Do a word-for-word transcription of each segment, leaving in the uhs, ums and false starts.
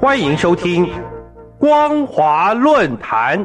欢迎收听光华论坛。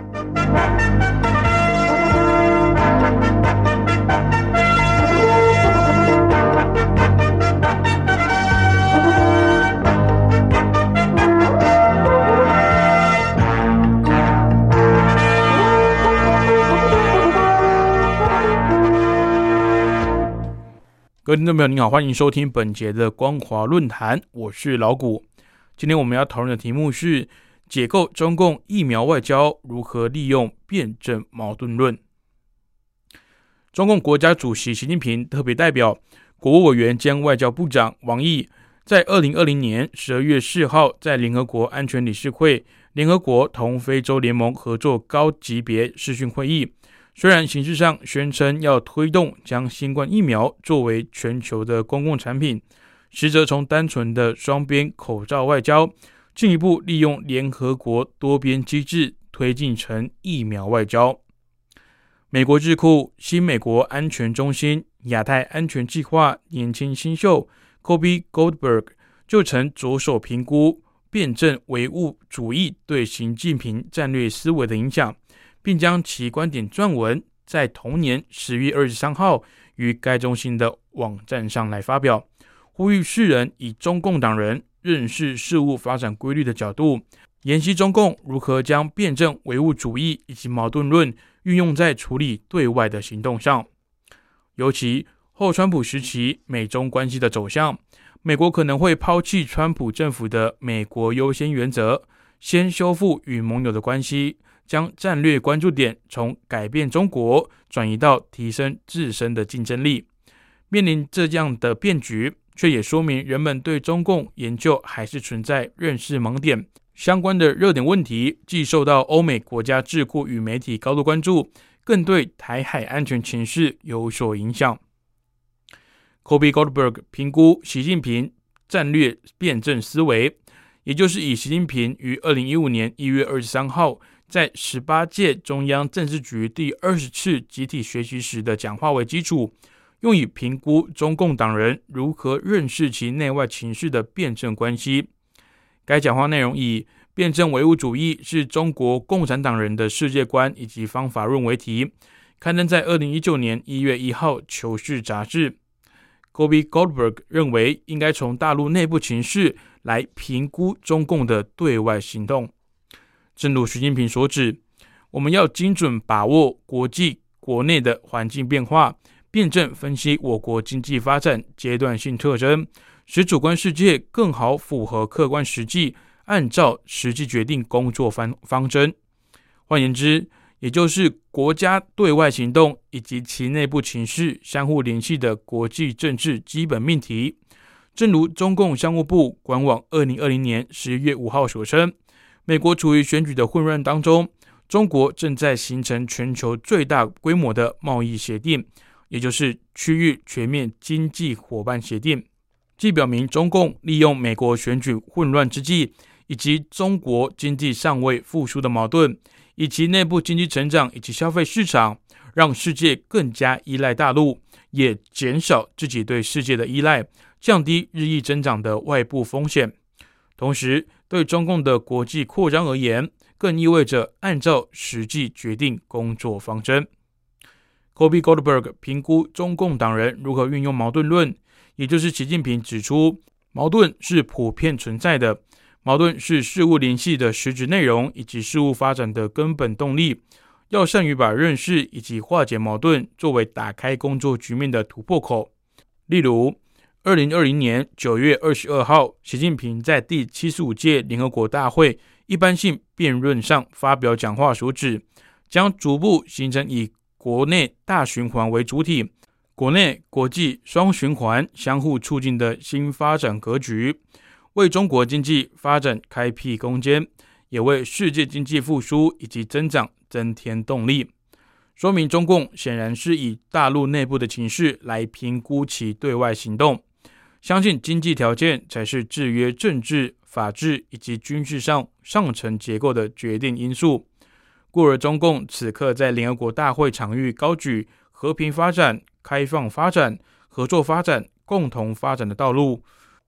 各位听众朋友您好，欢迎收听本节的光华论坛，我是老谷。今天我们要讨论的题目是解构中共疫苗外交如何利用辩证矛盾论。中共国家主席习近平特别代表、国务委员兼外交部长王毅在二零二零年十二月四号在联合国安全理事会联合国同非洲联盟合作高级别视讯会议，虽然形式上宣称要推动将新冠疫苗作为全球的公共产品，实则从单纯的双边口罩外交，进一步利用联合国多边机制推进成疫苗外交。美国智库新美国安全中心亚太安全计划年轻新秀 Kobe Goldberg 就曾着手评估辩证唯物主义对习近平战略思维的影响，并将其观点撰文在同年十月二十三号于该中心的网站上来发表，呼吁世人以中共党人认识事物发展规律的角度，研析中共如何将辩证唯物主义以及矛盾论运用在处理对外的行动上。尤其后川普时期美中关系的走向，美国可能会抛弃川普政府的美国优先原则，先修复与盟友的关系，将战略关注点从改变中国转移到提升自身的竞争力。面临这样的变局，却也说明人们对中共研究还是存在认识盲点。相关的热点问题既受到欧美国家智库与媒体高度关注，更对台海安全情势有所影响。Kobe Goldberg 评估习近平战略辩证思维，也就是以习近平于二零一五年一月二十三号在十八届中央政治局第二十次集体学习时的讲话为基础，用以评估中共党人如何认识其内外情势的辩证关系。该讲话内容以辩证唯物主义是中国共产党人的世界观以及方法论为题，刊登在二零一九年一月一号《求是》杂志。Kobe Goldberg 认为应该从大陆内部情势来评估中共的对外行动。正如习近平所指，我们要精准把握国际国内的环境变化，辩证分析我国经济发展阶段性特征，使主观世界更好符合客观实际，按照实际决定工作方方针。换言之，也就是国家对外行动以及其内部情势相互联系的国际政治基本命题。正如中共商务部官网二零二零年十一月五号所称，美国处于选举的混乱当中，中国正在形成全球最大规模的贸易协定，也就是区域全面经济伙伴协定，既表明中共利用美国选举混乱之际，以及中国经济尚未复苏的矛盾，以及内部经济成长以及消费市场，让世界更加依赖大陆，也减少自己对世界的依赖，降低日益增长的外部风险。同时，对中共的国际扩张而言，更意味着按照实际决定工作方针。Kobe Goldberg 评估中共党人如何运用矛盾论，也就是习近平指出，矛盾是普遍存在的，矛盾是事物联系的实质内容以及事物发展的根本动力，要善于把认识以及化解矛盾作为打开工作局面的突破口。例如二零二零年九月二十二号，习近平在第七十五届联合国大会一般性辩论上发表讲话所指，将逐步形成以国内大循环为主体，国内国际双循环相互促进的新发展格局，为中国经济发展开辟空间，也为世界经济复苏以及增长增添动力。说明中共显然是以大陆内部的情势来评估其对外行动，相信经济条件才是制约政治、法治以及军事上上层结构的决定因素。故而中共此刻在联合国大会场域高举和平发展、开放发展、合作发展、共同发展的道路，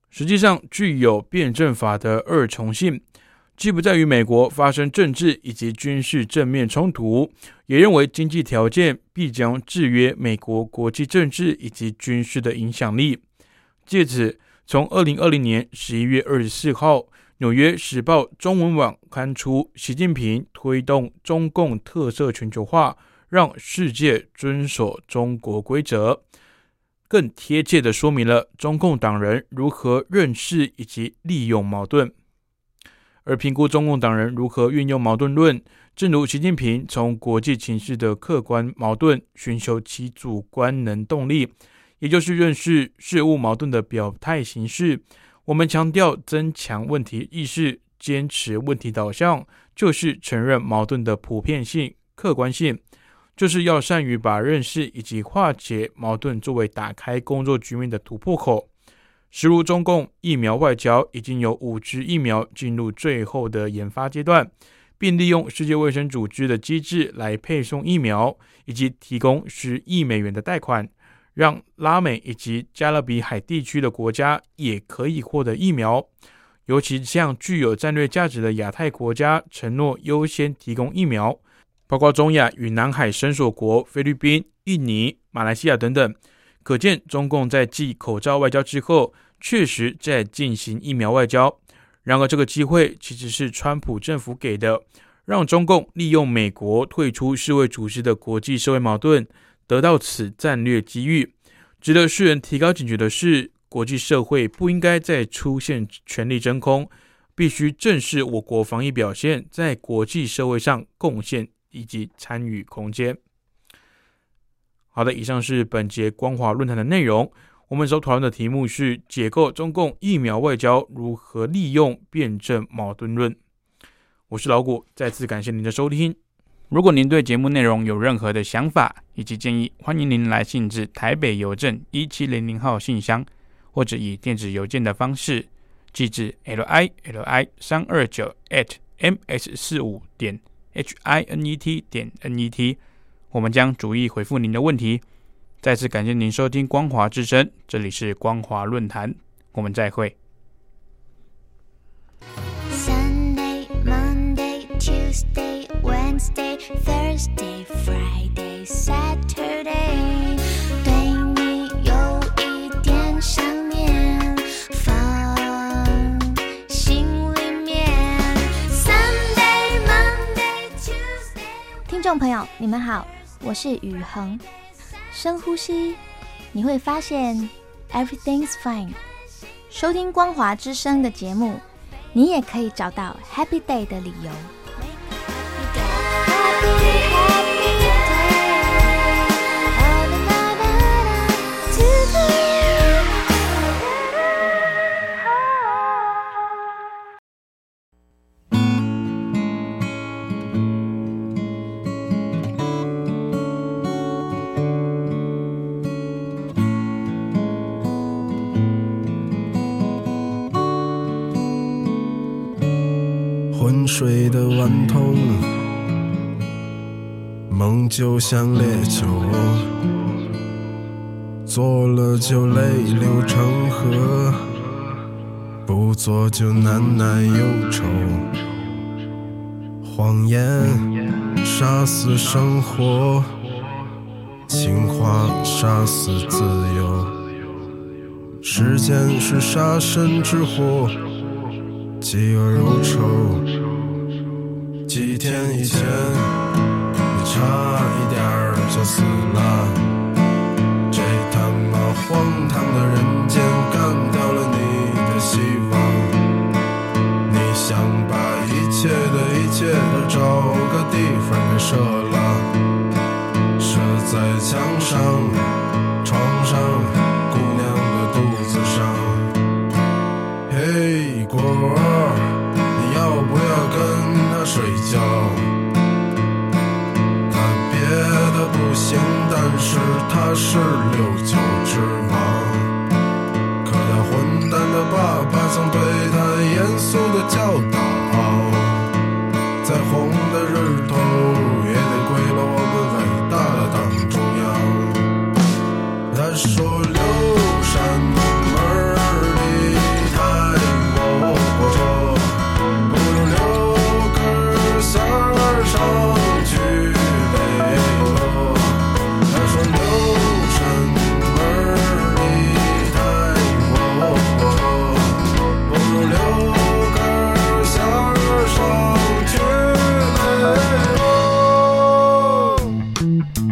实际上具有辩证法的二重性，既不在于美国发生政治以及军事正面冲突，也认为经济条件必将制约美国国际政治以及军事的影响力。借此，从二零二零年十一月二十四号，纽约时报中文网刊出习近平推动中共特色全球化，让世界遵守中国规则，更贴切地说明了中共党人如何认识以及利用矛盾。而评估中共党人如何运用矛盾论，正如习近平从国际情势的客观矛盾寻求其主观能动力，也就是认识事物矛盾的表态形式。我们强调增强问题意识，坚持问题导向，就是承认矛盾的普遍性、客观性，就是要善于把认识以及化解矛盾作为打开工作局面的突破口。实如中共疫苗外交已经有五支疫苗进入最后的研发阶段，并利用世界卫生组织的机制来配送疫苗，以及提供十亿美元的贷款，让拉美以及加勒比海地区的国家也可以获得疫苗。尤其向具有战略价值的亚太国家承诺优先提供疫苗，包括中亚与南海伸索国菲律宾、印尼、马来西亚等等。可见中共在继口罩外交之后，确实在进行疫苗外交。然而这个机会其实是川普政府给的，让中共利用美国退出世卫组织的国际社会矛盾，得到此战略机遇。值得世人提高警觉的是，国际社会不应该再出现权力真空，必须正视我国防疫表现在国际社会上贡献以及参与空间。好的，以上是本节光华论坛的内容。我们所讨论的题目是解构中共疫苗外交如何利用辩证矛盾论。我是老谷，再次感谢您的收听。如果您对节目内容有任何的想法以及建议，欢迎您来信至台北邮政一七零零号信箱，或者以电子邮件的方式寄至 l i l i 三二九 at m s 四五 点 h i n e t 点 n e t， 我们将逐一回复您的问题。再次感谢您收听光华之声，这里是光华论坛，我们再会。 Sunday, Monday, Tuesday, Wednesday, Thursday, Friday, Saturday， 对你有一点想念，放心里面。Sunday, Monday, Tuesday。听众朋友，你们好，我是宇恒。深呼吸，你会发现 everything's fine。 收听光华之声的节目，你也可以找到 happy day 的理由。 昏睡的顽童，梦就像烈酒，做了就泪流成河，不做就难耐忧愁。谎言杀死生活，情话杀死自由。时间是杀身之祸，饥饿如仇。几天以前你差一点就死了，这他妈荒唐的人间干掉了你的希望。你想把一切的一切都找个地方给射了，射在墙上、床上、姑娘的肚子上。嘿，果儿，你要不要跟他睡觉？他别的不行，但是他是六九之王。可他混蛋的爸爸曾对他严肃的教导，再红的日头也得归了我们伟大的党中央。他说六扇门里 Thank